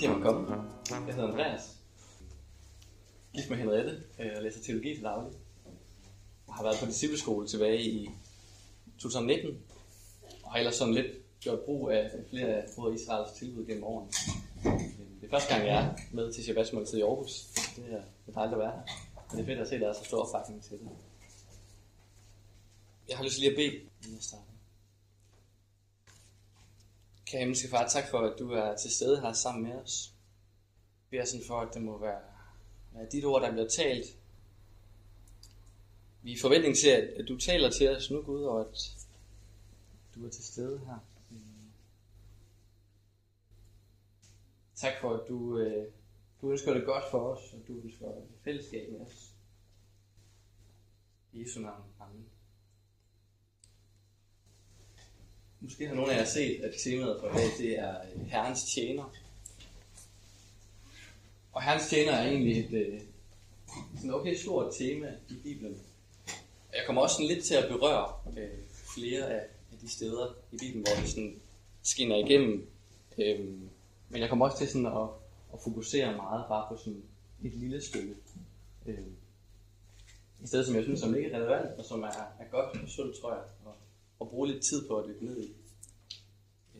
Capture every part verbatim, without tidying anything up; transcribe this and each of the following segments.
til at komme. Jeg hedder Andreas. Gift med Henriette og læser teologi til daglig. Jeg har været på discipleskole tilbage i to tusind nitten, og har ellers sådan lidt gjort brug af flere af Broder Israels tilbud gennem årene. Det er første gang, jeg er med til Shabbat-måltid i Aarhus. Det er, det er dejligt at være her, og det er fedt at se, at der er så stor opbakning til det. Jeg har lyst til lige at bede, inden jeg starter. Kære himmelske far, tak for, at du er til stede her sammen med os. Vi er sådan for, at det må være, være dit ord, der bliver talt. Vi er i forventning til, at du taler til os nu, Gud, og at du er til stede her. Tak for, at du, øh, du ønsker det godt for os, og du ønsker et fællesskab med os. I Jesu navn. Amen. Måske har nogle af jer set, at temaet for i dag, det er Herrens tjener. Og Herrens tjener er egentlig et øh, sådan okay stort tema i Bibelen. Jeg kommer også sådan lidt til at berøre øh, flere af, af de steder i Bibelen, hvor det sådan skinner igennem. Øh, men jeg kommer også til sådan at, at fokusere meget bare på sådan et lille stykke. Øh, I stedet som jeg synes, som ikke er relevant, og som er, er godt og sundt, tror jeg, og, og bruge lidt tid på at dykke ned i. Øh,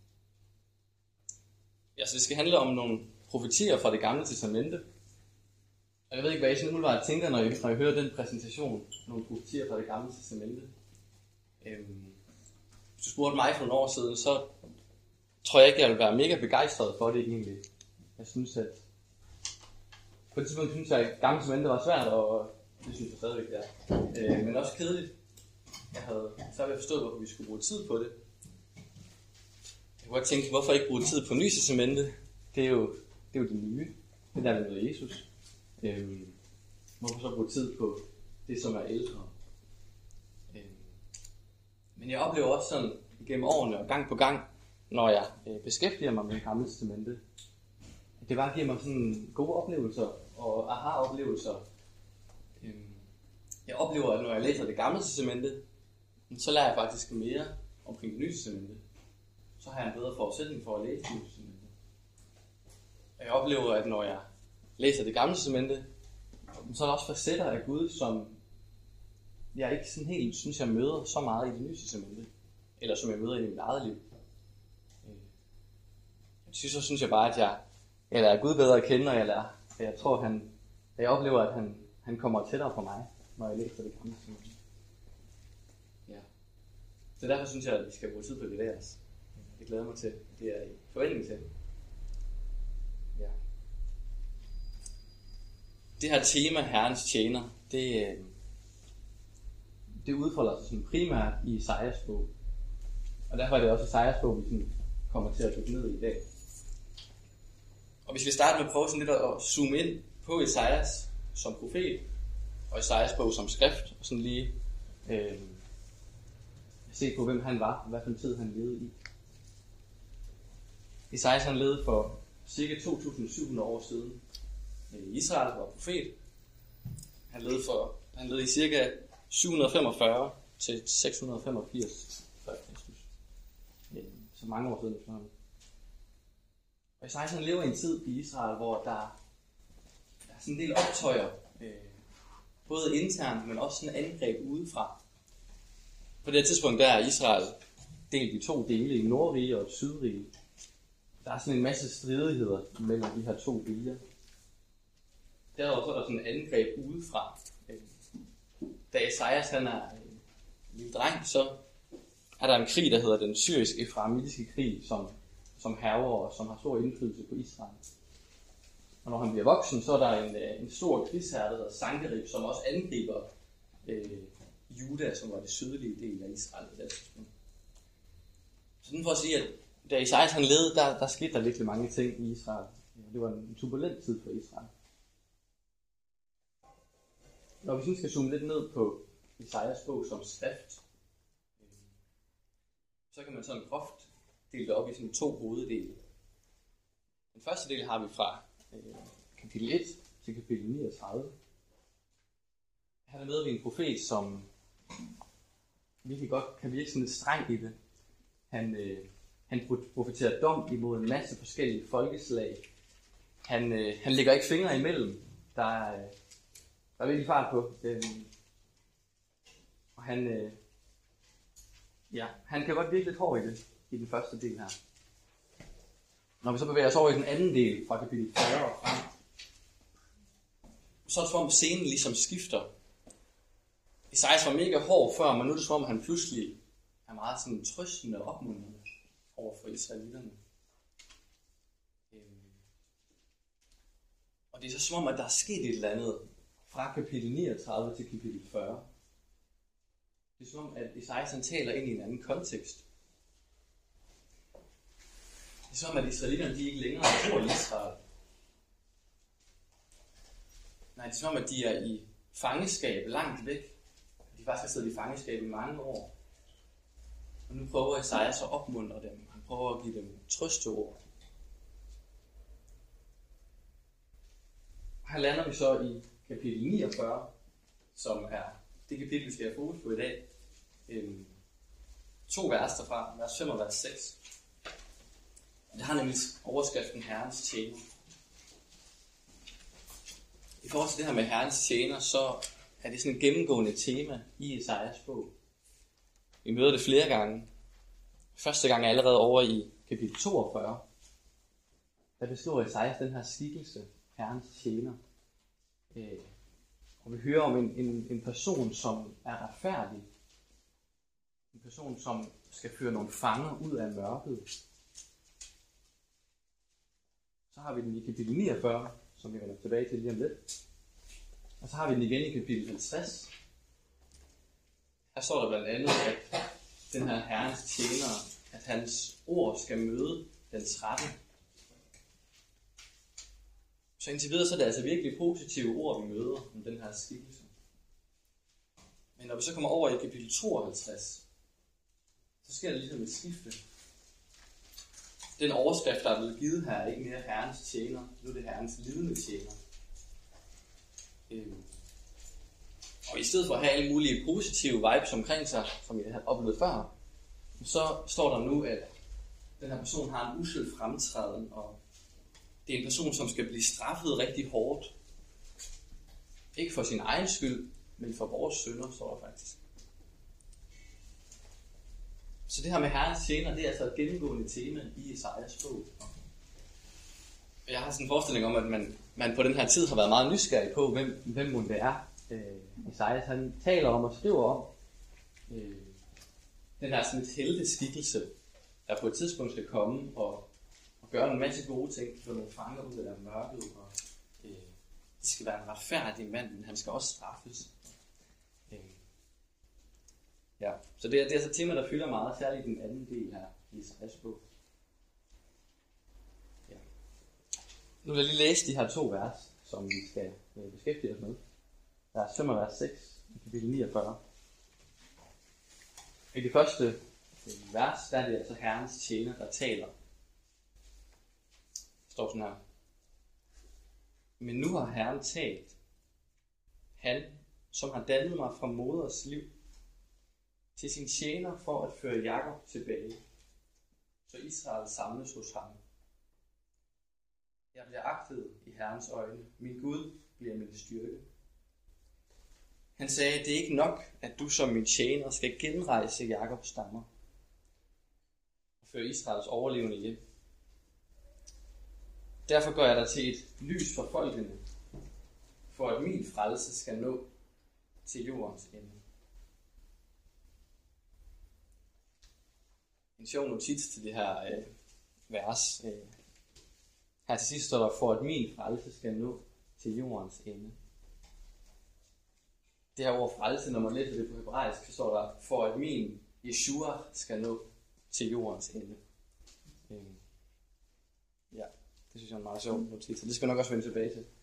ja, så det skal handle om nogle profetier fra det gamle testamente. Og jeg ved ikke, hvad I sådan umiddelbart tænker, når jeg, når jeg hører den præsentation, nogle profetier fra det gamle testamente. Øhm, hvis du spurgte mig for nogle år siden, så tror jeg ikke, jeg vil være mega begejstret for det egentlig. Jeg synes, at på det tidspunkt synes jeg, at gamle testamente var svært, og det synes jeg stadigvæk, det er. Øh, men også kedeligt. Jeg havde så havde jeg forstået, hvorfor vi skulle bruge tid på det. Jeg kunne godt tænke, hvorfor ikke bruge tid på Nye testamente? Det er jo det, er jo det nye. Det der med Jesus. Øhm, hvorfor så bruge tid på det, som er ældre? Øhm, men jeg oplever også sådan gennem årene og gang på gang, når jeg øh, beskæftiger mig med det gamle testamente, at det bare giver mig sådan gode oplevelser og aha-oplevelser. Øhm, jeg oplever, at når jeg læser det gamle testamente, så lærer jeg faktisk mere omkring det nye testamente. Så har jeg en bedre forudsætning for at læse det nye testamente. Og jeg oplever, at når jeg læser det gamle testamente, så er der også facetter af Gud, som jeg ikke sådan helt synes, jeg møder så meget i det nye testamente, eller som jeg møder i mit eget liv. Jeg synes, så synes jeg bare, at jeg, jeg lærer Gud bedre at kende, og jeg, lærer, jeg tror, han, jeg oplever, at han, han kommer tættere på mig, når jeg læser det gamle testamente. Ja. Så derfor synes jeg, at vi skal bruge tid på det der. Det glæder mig til. Det er i forventning til. Ja. Det her tema, Herrens tjener, det, det udfolder sig sådan primært i Esajas bog. Og derfor er det også Esajas bog, vi sådan kommer til at dykke ned i i dag. Og hvis vi starter med at prøve sådan lidt at zoome ind på Esajas som profet, og Esajas bog som skrift, og sådan lige øh, se på, hvem han var, og hvad for en tid han levede i. Esajas han levede for cirka to tusind syv hundrede år siden. Israel var profet. Han levede, for, han levede i cirka syv hundrede femogfyrre til seks hundrede femogfirs før Kristus. Så mange år siden efterhånden. Og Esajas han lever i en tid i Israel, hvor der, der er sådan en del optøjer, øh, både internt, men også sådan angreb udefra. På det her tidspunkt der er Israel delt i to dele, i Nordrige og et Sydrige. Der er sådan en masse stridigheder mellem de her to riger. Derudover så er der sådan en angreb udefra. Da Esajas han er en lille dreng, så er der en krig, der hedder den syrisk-efraimitiske krig, som, som hærger og som har stor indflydelse på Israel. Og når han bliver voksen, så er der en, en stor krigsherre, der hedder Sankerib, som også angriber øh, Juda, som var det sydlige del af Israel. Sådan for at sige, at da Esajas han levede, der, der skete der virkelig mange ting i Israel. Det var en turbulent tid for Israel. Når vi sådan skal zoome lidt ned på Esajas bog som skrift, så kan man sådan groft dele det op i sådan to hoveddele. Den første del har vi fra øh, kapitel et til kapitel niogtredive. Her der møder vi en profet, som virkelig godt kan virke sådan lidt streng i det. Han, øh, han profeterer dom imod en masse forskellige folkeslag han, øh, han lægger ikke fingre imellem. Der er, øh, der er virkelig fart på. Øh, og han, øh, ja, han kan godt virke lidt hård i det, i den første del her. Når vi så bevæger os over i den anden del, fra kapitel fyrre og frem, så er det som om scenen ligesom skifter. Esajas var mega hård før, men nu er det som om han pludselig er meget sådan trøstende og opmuntrende over for israelitterne. Og det er så som om, at der er sket et eller andet fra kapitel niogtredive til kapitel fyrre. Det er som om, at Esajas han taler ind i en anden kontekst. Det er som om, at israelitterne de ikke længere bor i Israel. Nej, det er som om, at de er i fangeskab langt væk. De faktisk har siddet i fangeskab i mange år. Og nu prøver Esajas at opmuntre dem. Han prøver at give dem trøsteord. Her lander vi så i kapitel niogfyrre, som er det kapitel, vi skal have fokus på i dag. Øhm, to vers derfra, vers fem og vers seks. Det har nemlig overskriften Herrens tjener. I forhold til det her med Herrens tjener, så er det sådan et gennemgående tema i Esajas bog. Vi møder det flere gange. Første gang er allerede over i kapitel toogfyrre. Der beskriver Esajas den her skikkelse, Herrens tjener. Øh, og vi hører om en, en, en person, som er retfærdig. En person, som skal føre nogle fanger ud af mørket. Så har vi den i kapitel niogfyrre, som vi vender tilbage til lige om lidt. Og så har vi den igen i kapitel halvtreds. Her står der blandt andet, at den her Herrens tjener, at hans ord skal møde dens rette. Så indtil videre, så er det altså virkelig positive ord, vi møder om den her skikkelse. Men når vi så kommer over i kapitel tooghalvtreds, så sker der ligesom et skifte. Den overskrift, der er blevet givet her, er ikke mere Herrens tjener, nu er det Herrens lidende tjener. Øhm. Og i stedet for at have alle mulige positive vibes omkring sig, som jeg har oplevet før, så står der nu, at den her person har en usel fremtræden, og det er en person, som skal blive straffet rigtig hårdt. Ikke for sin egen skyld, men for vores synder, står der faktisk. Så det her med Herrens tjener, det er altså et gennemgående tema i Esajas bog. Jeg har sådan en forestilling om, at man, man på den her tid har været meget nysgerrig på, hvem, hvem mon det er. Øh, Esajas han taler om og skriver om øh, den her sådan et helteskikkelse, der på et tidspunkt skal komme og, og gøre en masse gode ting, for nogle fanger ud af mørket, og øh, det skal være en retfærdig mand, men han skal også straffes. Øh, ja, så det er, det er altså et tema, der fylder meget, særligt den anden del her i Esajas bog. Ja. Nu vil jeg lige læse de her to vers, som vi skal øh, beskæftige os med. Vers fem og vers seks i kapitel niogfyrre. I det første vers, der er det altså Herrens tjener, der taler. Det står sådan her. Men nu har Herren talt. Han, som har dannet mig fra moders liv, til sin tjener for at føre Jakob tilbage, så Israel samles hos ham. Jeg bliver agtet i Herrens øjne. Min Gud bliver min styrke. Han sagde, det er ikke nok, at du som min tjener skal genrejse Jakobs stammer og føre Israels overlevende hjem. Derfor gør jeg dig til et lys for folkene, for at min frelse skal nå til jordens ende. En sjov notits til det her øh, vers. Øh, her til sidst står der, for at min frelse skal nå til jordens ende. Det her ord frelse, når man læser det på hebraisk, så står der, for at min Yeshua skal nå til jordens ende. Øhm. Ja, det synes jeg er en meget sjov notits, så det skal jeg nok også vende tilbage til.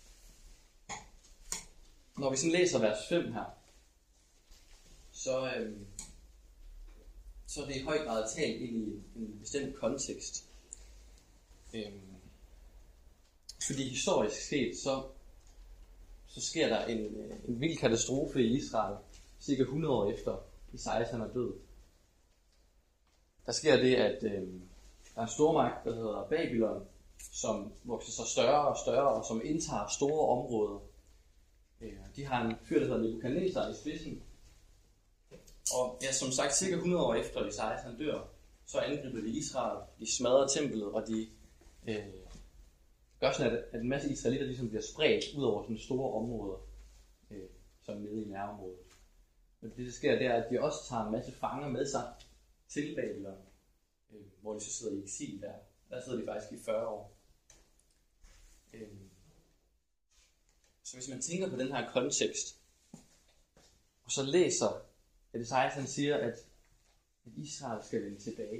Når vi sådan læser vers fem her, så, øhm, så er det i høj grad talt ind i en bestemt kontekst. Øhm. Fordi historisk set, så så sker der en, en vild katastrofe i Israel, cirka hundrede år efter Esajas han er død. Der sker det, at øh, der er en stormagt, der hedder Babylon, som vokser sig større og større, og som indtager store områder. De har en fyr, der hedder Nebukadnesar i spidsen. Og ja, som sagt, cirka hundrede år efter Esajas han dør, så angriber de Israel, de smadrer templet, og de øh, gør sådan, at, at en masse israelitter ligesom bliver spredt ud over sådan store områder, øh, som nede i nærområdet. Men det, der sker, det er, at de også tager en masse fanger med sig til Babylon, øh, hvor de så sidder i eksil der. Der sidder de faktisk i fyrre år. Øh, så hvis man tænker på den her kontekst, og så læser, at Esajas han siger, at, at Israel skal vende tilbage,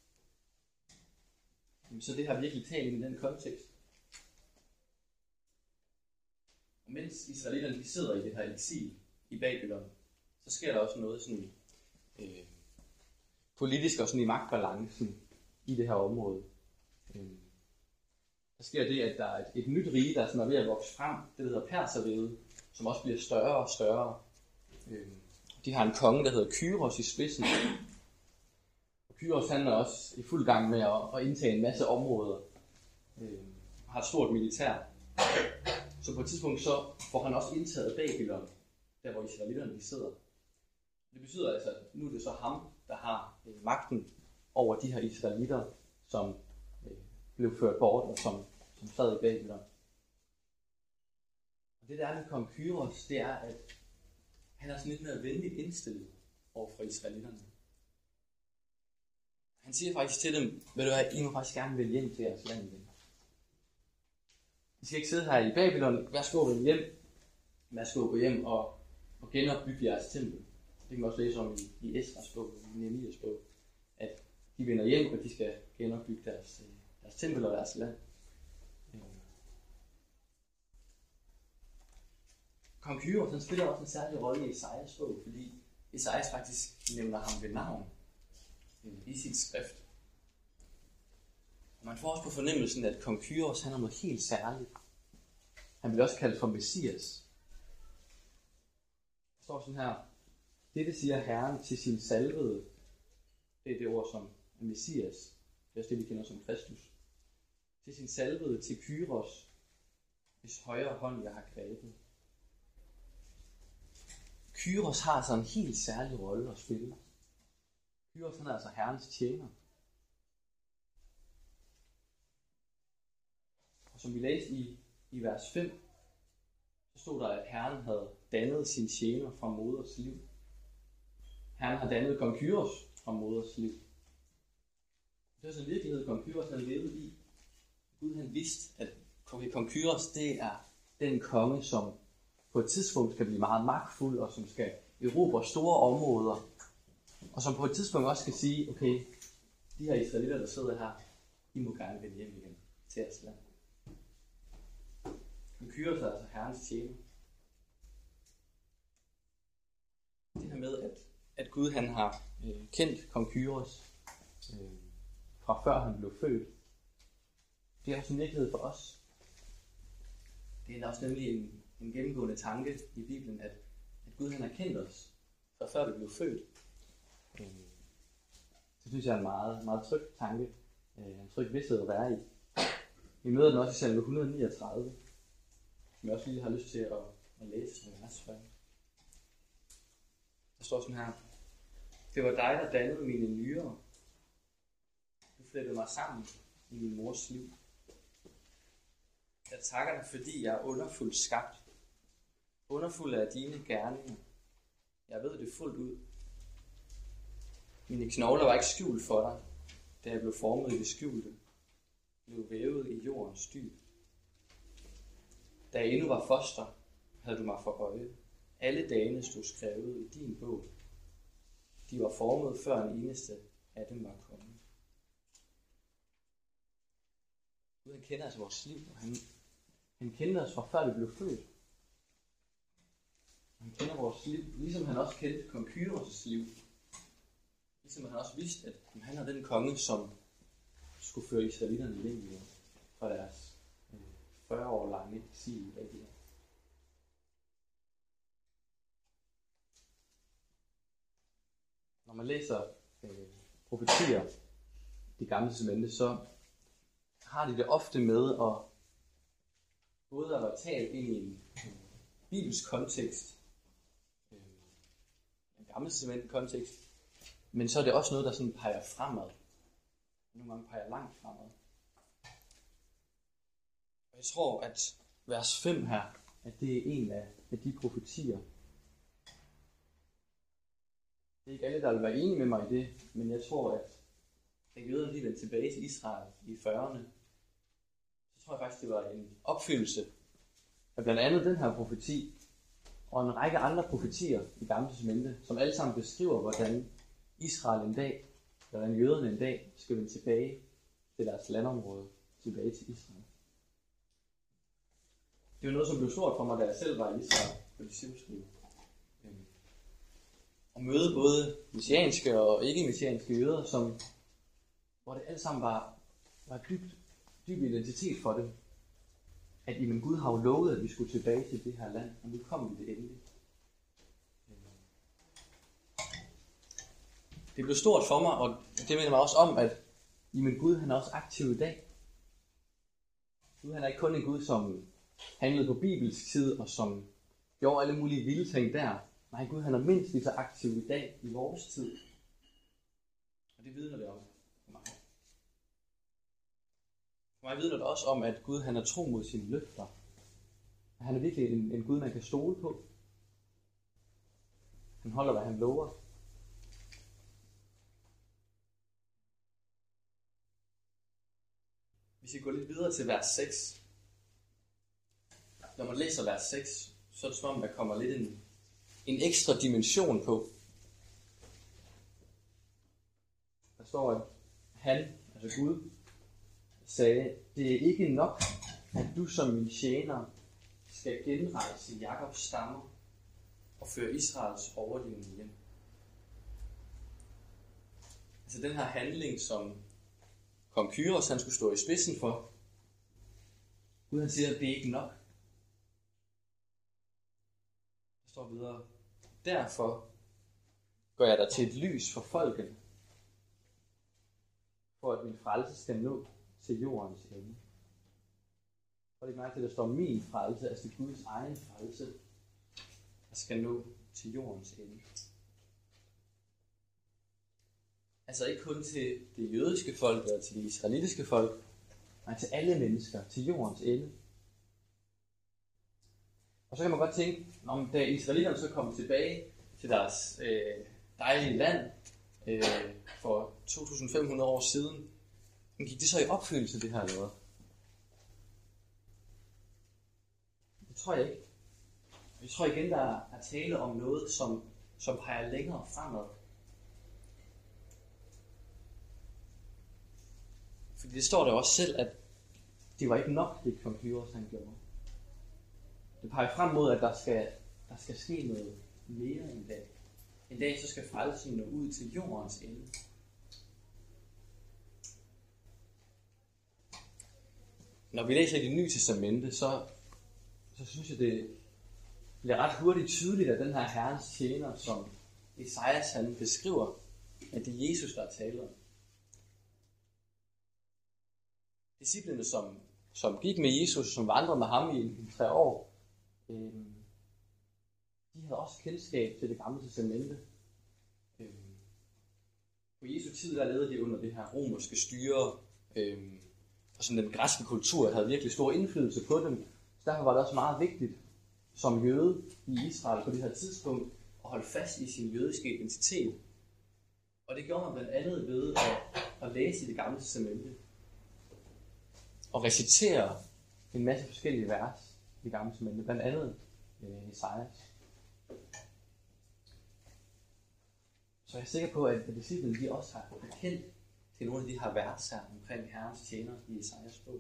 så det har virkelig talt ind i den kontekst. Og mens israelitterne de sidder i det her eksil i Babylon, så sker der også noget sådan øh, politisk og sådan i magtbalancen i det her område. Øh, der sker det, at der er et, et nyt rige, der sådan er ved at vokse frem, det hedder Perserriget, som også bliver større og større. Øh, de har en konge, der hedder Kyros i spidsen. Og Kyros han er også i fuld gang med at, at indtage en masse områder. Øh, har et stort militær. Så på et tidspunkt så får han også indtaget Babylon, der hvor israelitterne de sidder. Det betyder altså, at nu er det så ham, der har øh, magten over de her israelitter, som øh, blev ført bort og som, som sad i Babylon. Og det der er med kong Kyros, det er, at han er sådan lidt mere venligt indstillet over for israelitterne. Han siger faktisk til dem, ved du hvad, I må faktisk gerne vælge hjem til jeres land igen. I skal ikke sidde her i Babylon, værsgo vende hjem, værsgo gå hjem og, og genopbygge jeres tempel. Det kan man også læse om i, i Esras bog, i Nehemias bog, at de vender hjem, og de skal genopbygge deres, deres tempel og deres land. Kong Kyros, han spiller også en særlig rolle i Esajas bog, fordi Esajas faktisk nævner ham ved navn i sit skrift. Og man får også på fornemmelsen, at kong Kyros, han er noget helt særligt. Han bliver også kaldt for Messias. Der står sådan her: dette siger Herren til sin salvede. Det er det ord som Messias. Det er også det, vi kender som Kristus. Til sin salvede, til Kyros, hvis højre hånd jeg har grebet. Kyros har altså en helt særlig rolle at spille. Kyros han er altså Herrens tjener. Og som vi læste i, i vers fem, så stod der, at Herren havde dannet sin tjener fra moders liv. Herren har dannet kong Kyros fra moders liv. Det er sådan en virkelighed, kong Kyros han levede i. Gud han vidste, at kong Kyros det er den konge, som på et tidspunkt skal blive meget magtfuld, og som skal erobre store områder, og som på et tidspunkt også skal sige, okay, de her israelitter, der sidder her, I må gerne vende hjem igen til jeres land. Kong Kyros er altså Herrens tjener. Det her med, at, at Gud han har øh, kendt kong Kyros øh, fra før han blev født, det er også en virkelighed for os. Det er også nemlig en, en gennemgående tanke i Bibelen, at, at Gud han har kendt os fra før vi blev født. Øh, det synes jeg er en meget, meget tryg tanke, øh, en tryg vidsthed at være i. Vi møder den også i salme et hundrede niogtredive, som jeg også lige har lyst til at, at læse med vers for. Der står sådan her: det var dig, der dannede mine nyrer. Du flettede mig sammen i min mors liv. Jeg takker dig, fordi jeg er underfuldt skabt. Underfuld af dine gerninger. Jeg ved det fuldt ud. Mine knogler var ikke skjult for dig, da jeg blev formet i det skjulte. Blev vævet i jordens dyb. Da jeg endnu var foster, havde du mig for øje. Alle dagene stod skrevet i din bog. De var formet, før en eneste af dem var kommet. Gud han kender altså vores liv, og han, han kender os fra før vi blev født. Han kender vores liv, ligesom han også kendte kong Kyros' liv. Ligesom han også vidste, at han er den konge, som skulle føre israelitterne hjem igen fra deres fyrre år lange eksil i Babylon. Når man læser øh, profetier i Det Gamle Testamente, så har de det ofte med at både at være talt ind i en bibelsk kontekst, en gammel testament kontekst, men så er det også noget, der sådan peger fremad. Nogle gange peger langt fremad. Og jeg tror, at vers fem her, at det er en af, af de profetier. Det er ikke alle, der vil være enige med mig i det, men jeg tror, at da jøderne lige vendte tilbage til Israel i fyrrerne, så tror jeg faktisk, det var en opfyldelse af blandt andet den her profeti, og en række andre profetier i Gamle Testamente, som alle sammen beskriver, hvordan Israel en dag, eller hvordan jøderne en dag, skal vende tilbage til deres landområde, tilbage til Israel. Det var noget, som blev stort for mig, da jeg selv var i Israel på discipleskole. Og møde både messianske og ikke-messianske jøder, som, hvor det alt sammen var, var dybt, dyb identitet for dem. At jamen, Gud har jo lovet, at vi skulle tilbage til det her land, og nu kom vi det endelig. Det blev stort for mig, og det minder mig også om, at jamen, Gud han er også aktiv i dag. Gud han er ikke kun en Gud, som handlede på bibelsk tid, og som gjorde alle mulige vilde ting der. Nej, Gud han er mindst lige så aktiv i dag, i vores tid. Og det vidner det om for mig. For mig vidner det også om, at Gud han er tro mod sine løfter. At han er virkelig en, en Gud, man kan stole på. Han holder, hvad han lover. Hvis vi går lidt videre til vers seks. Når man læser vers seks, så er det som om, der kommer lidt en, en ekstra dimension på. Der står, at han, altså Gud, sagde, det er ikke nok, at du som min tjener skal genrejse Jakobs stammer og føre Israels overlevende hjem. Altså den her handling, som kong Kyros han skulle stå i spidsen for, Gud han siger, at det er ikke nok. Der står videre, derfor gør jeg dig til et lys for folket, for at min frelse skal nå til jordens ende. Og det er mærke til, at der står min frelse, altså Guds egen frelse, der skal nå til jordens ende. Altså ikke kun til det jødiske folk, eller til det israelitiske folk, men til alle mennesker, til jordens ende. Og så kan man godt tænke, om da israelitterne så kom tilbage til deres øh, dejlige land øh, for to tusind fem hundrede år siden, gik det så i opfyldelse, det her noget? Det tror jeg ikke. Jeg tror igen, der er tale om noget, som, som peger længere fremad. Fordi det står der også selv, at det var ikke nok, det kong Kyros han gjorde. Det peger frem mod, at der skal, der skal ske noget mere en dag. En dag så skal frelsen nå ud til jordens ende. Når vi læser i Det Nye Testamente, så, så synes jeg, det bliver ret hurtigt tydeligt, at den her Herrens tjener, som Esajas han beskriver, at det er Jesus, der er tale om. Disciplene, som, som gik med Jesus, som vandrede med ham i, i tre år, øh, de havde også kendskab til det gamle testamente. Øh, på Jesu tid, der levede de under det her romerske styre, øh, og sådan den græske kultur havde virkelig stor indflydelse på dem. Så derfor var det også meget vigtigt som jøde i Israel på det her tidspunkt at holde fast i sin jødiske identitet. Og det gjorde man blandt andet ved at, at læse i det gamle testamente og recitere en masse forskellige vers i det gamle testamente, blandt andet øh, Esajas. Så jeg er sikker på, at disciplene de også har kendt til nogle af de her vers her omkring Herrens tjener i Esajas bog.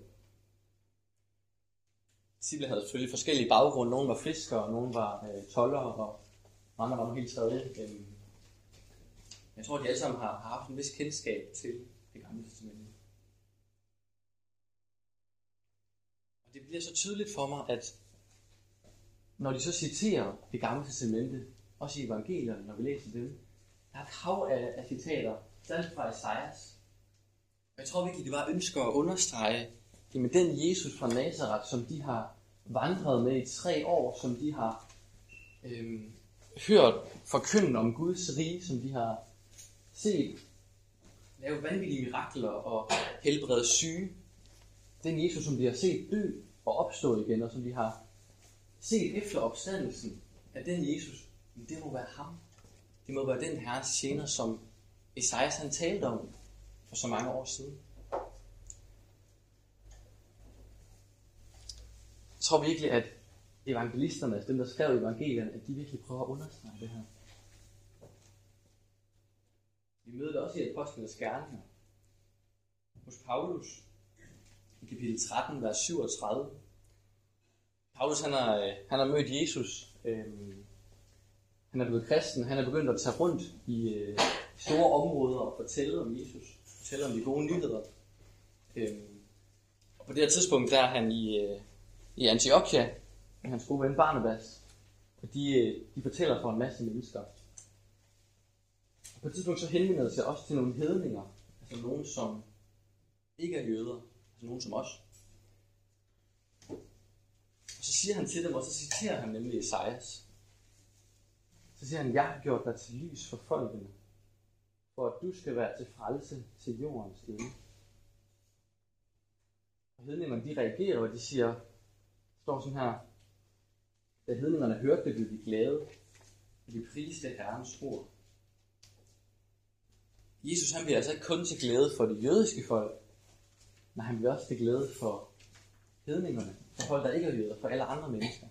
Disciplene havde selvfølgelig forskellige baggrunde. Nogle var fiskere, nogle var øh, toldere, og andre var nogle helt tredje. Øh, jeg tror, de alle sammen har, har haft en vis kendskab til det gamle testamente. Og det bliver så tydeligt for mig, at når de så citerer det gamle testamente, også i evangelierne, når vi læser dem, der er et hav af, af citater, særligt fra Esajas. Og jeg tror virkelig, det var ønsker at understrege, Jamen den Jesus fra Nazareth, som de har vandret med i tre år, som de har øhm, hørt forkynde om Guds rige, som de har set lave vanvittige mirakler og helbrede syge. Den Jesus, som de har set dø og opstå igen, og som de har set efter opstandelsen af den Jesus, det må være ham. Det må være den Herrens tjener, som Esajas han talte om for så mange år siden. Jeg tror virkelig, at evangelisterne, altså dem der skrev evangelierne, at de virkelig prøver at understrege det her. Vi møder det også i Apostlenes Gerninger hos Paulus i kapitel tretten, vers syvogtredive. Paulus han har, han har mødt Jesus. Øhm, han er blevet kristen. Han er begyndt at tage rundt i øh, store områder og fortælle om Jesus. Fortælle om de gode nyheder. Øhm, og på det her tidspunkt der er han i, øh, i Antiochia med hans gode ven Barnabas. Og de, øh, de fortæller for en masse mennesker. Og på et tidspunkt så henvender det sig også til nogle hedninger. Altså nogen som ikke er jøder. Altså nogen som os. Og så siger han til dem, og så citerer han nemlig Esajas. Så siger han, jeg har gjort dig til lys for folkene, for at du skal være til frelse til jordens ende. Og hedningerne, de reagerer, og de siger, det står sådan her, da hedningerne hørte det, blev de glade, og de priste Herrens ord. Jesus han bliver altså ikke kun til glæde for de jødiske folk, men han bliver også til glæde for hedningerne, for folk, der ikke er jøder, for alle andre mennesker.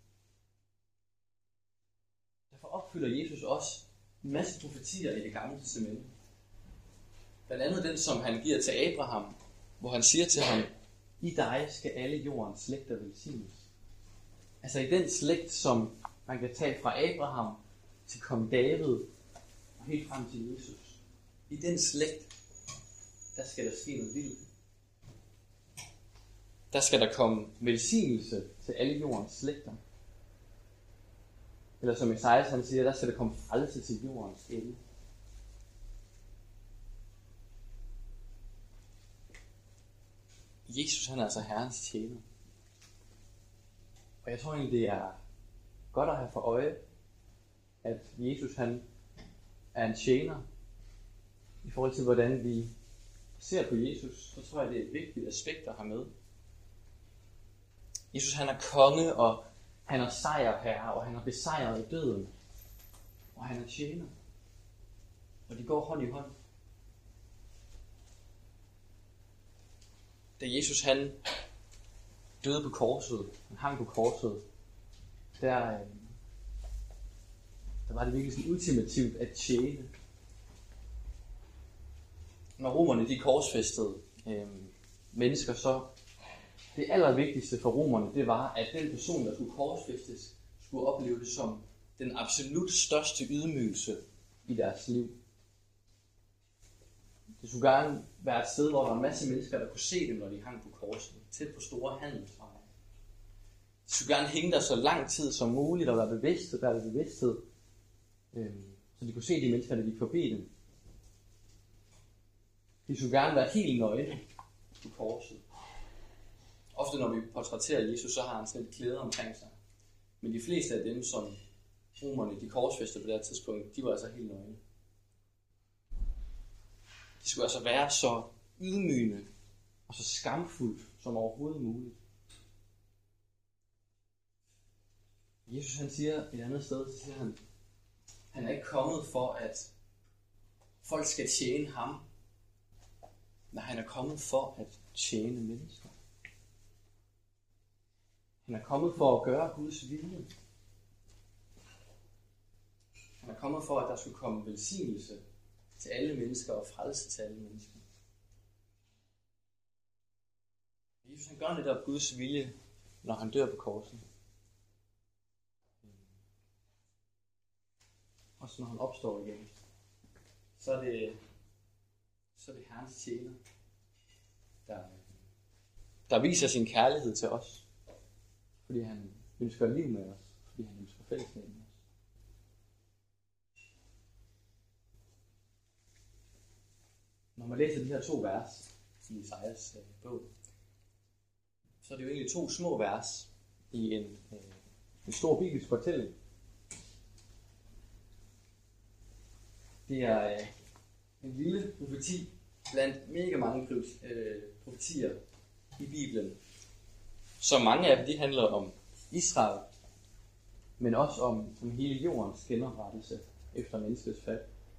Derfor opfylder Jesus også en masse profetier i det gamle testamente. Blandt andet den, som han giver til Abraham, hvor han siger til ham, i dig skal alle jordens slægter velsignes. Altså i den slægt, som man kan tage fra Abraham til kong David og helt frem til Jesus. I den slægt, der skal der ske noget vildt. Der skal der komme velsignelse til alle jordens slægter. Eller som Esajas han siger, der skal der komme frelse til jordens ende. Jesus han er altså Herrens tjener. Og jeg tror egentlig, det er godt at have for øje, at Jesus han er en tjener. I forhold til hvordan vi ser på Jesus, så tror jeg, det er et vigtigt aspekt at have med. Jesus han er konge, og han er sejrherre, og han har besejret døden. Og han er tjener. Og de går hånd i hånd. Da Jesus han døde på korset, han hang på korset, der, der var det virkelig sådan ultimativt at tjene. Når romerne de korsfæstede øh, mennesker, så det allervigtigste for romerne, det var, at den person, der skulle korsfæstes, skulle opleve det som den absolut største ydmygelse i deres liv. Det skulle gerne være et sted, hvor der var en masse mennesker, der kunne se dem, når de hang på korset, tæt på store handelsveje. De skulle gerne hænge der så lang tid som muligt, og være bevidst, være bevidsthed, øh, så de kunne se de mennesker, der gik forbi dem. De skulle gerne være helt nøgne på korset. Ofte når vi portrætterer Jesus, så har han sådan et klæde omkring sig. Men de fleste af dem, som romerne de korsfæstede på det her tidspunkt, de var altså helt nøgne. De skulle altså være så ydmygende og så skamfuldt som overhovedet muligt. Jesus han siger et andet sted, så siger han, han er ikke kommet for, at folk skal tjene ham, men han er kommet for at tjene mennesker. Han er kommet for at gøre Guds vilje. Han er kommet for, at der skulle komme velsignelse til alle mennesker og frelse til alle mennesker. Jesus han gør netop Guds vilje, når han dør på korset. Og så når han opstår igen, så er det, så er det Herrens tjener, der, der viser sin kærlighed til os. Fordi han ønsker liv med os. Fordi han ønsker fællesskab med os. Når man læser de her to vers i Esajas bog, så er det jo egentlig to små vers i en, øh, en stor bibelsk fortælling. Det er øh, en lille profeti blandt mega mange øh, profetier i Bibelen. Så mange af dem, de handler om Israel, men også om, om hele jordens genoprettelse efter menneskets fald.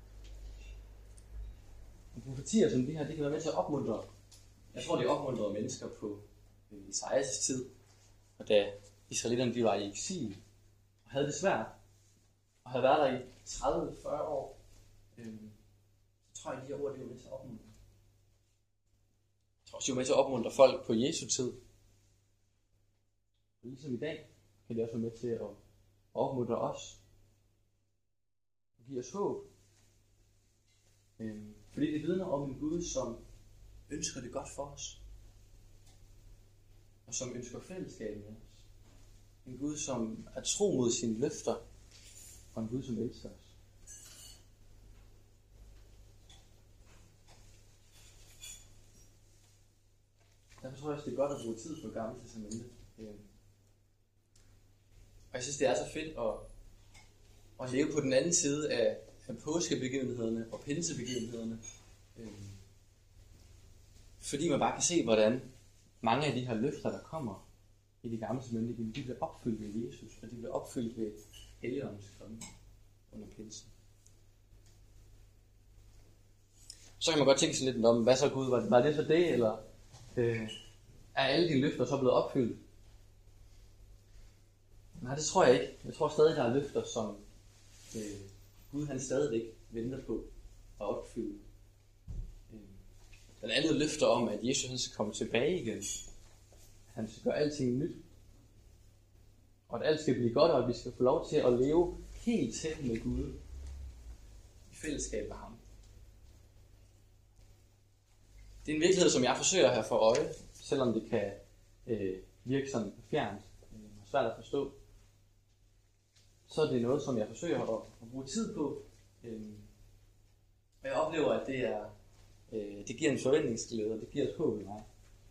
Og profetier som de her, det kan være med til at opmuntre. Jeg tror, det opmuntrede mennesker på Isaias tid, og da israelitterne de var i eksil og havde det svært, og havde været der i tredive til fyrre år, øhm, så tror jeg, de her ord, de var med til at opmuntre. Jeg tror også, de var med til at opmuntre folk på Jesu tid. Og ligesom i dag, kan de også være med til at opmuntre os og give os håb. Øhm, fordi det vidner om en Gud, som ønsker det godt for os, og som ønsker fællesskab med os. En Gud, som er tro mod sine løfter, og en Gud, som elsker os. Derfor tror jeg også, det er godt at bruge tid på Gamle Testamente. Og jeg synes, det er så fedt at, at leve på den anden side af, af påskebegivenhederne og pinsebegivenhederne. Fordi man bare kan se, hvordan mange af de her løfter, der kommer i de gamle testamente, de bliver opfyldt ved Jesus, og de bliver opfyldt ved Helligåndens komme under pinsen. Så kan man godt tænke sig lidt om, hvad så Gud, var det, var det så det, eller øh, er alle de løfter så blevet opfyldt? Nej, det tror jeg ikke. Jeg tror stadig, der er løfter, som øh, Gud han stadigvæk venter på at opfylde. Den andet løfter om, at Jesus han skal komme tilbage igen. Han skal gøre alting nyt. Og at alt skal blive godt, og at vi skal få lov til at leve helt tæt med Gud. I fællesskab med ham. Det er en virkelighed, som jeg forsøger at have for øje, selvom det kan øh, virke sådan fjernt øh, og svært at forstå. Så er det noget, som jeg forsøger at, at bruge tid på. Øh, og jeg oplever, at det er Det giver en forventningsglæde, og det giver et håb i mig.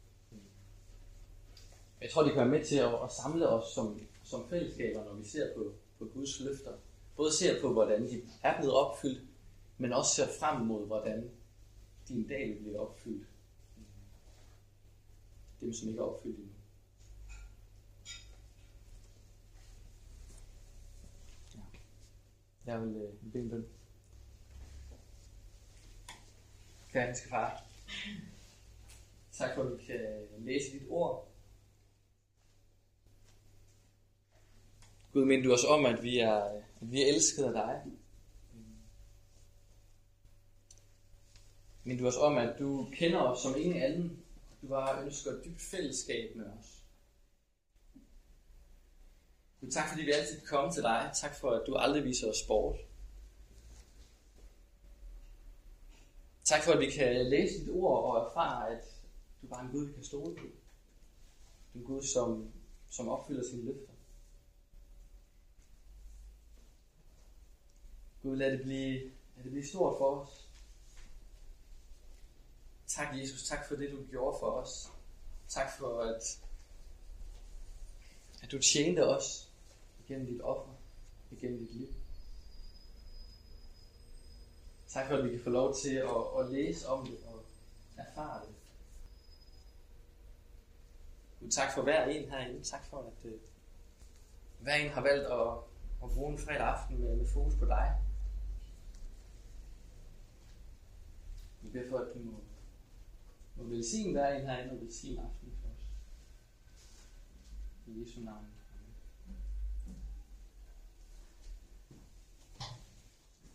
Jeg tror, det kan være med til at, at samle os som, som fællesskaber, når vi ser på, på Guds løfter. Både ser på, hvordan de er blevet opfyldt, men også ser frem mod, hvordan de en dag vil blive opfyldt. Dem, som ikke er opfyldt endnu. Ja. Jeg vil øh, bede en bøn. Kære himmelske far, tak for, at vi kan læse dit ord. Gud, mind du os om, at vi er, at vi er elsket af dig. Mind du os om, at du kender os som ingen anden. Du bare ønsker et dybt fællesskab med os. Gud, tak fordi vi altid kan komme til dig. Tak for, at du aldrig viser os bort. Tak for, at vi kan læse dit ord og erfare, at du bare er en Gud, vi kan stole på. En Gud, som, som opfylder sine løfter. Gud, lad det blive, lad det blive stort for os. Tak, Jesus. Tak for det, du gjorde for os. Tak for, at, at du tjente os igennem dit offer, igennem dit liv. Tak for, at vi kan få lov til at, at læse om det og erfare det. Gud, tak for hver en herinde. Tak for, at uh, hver en har valgt at, at bruge en fredag aften med, med fokus på dig. Vi beder for, at du må, må velsigne hver en herinde og velsigne aften for os. I Jesu navn.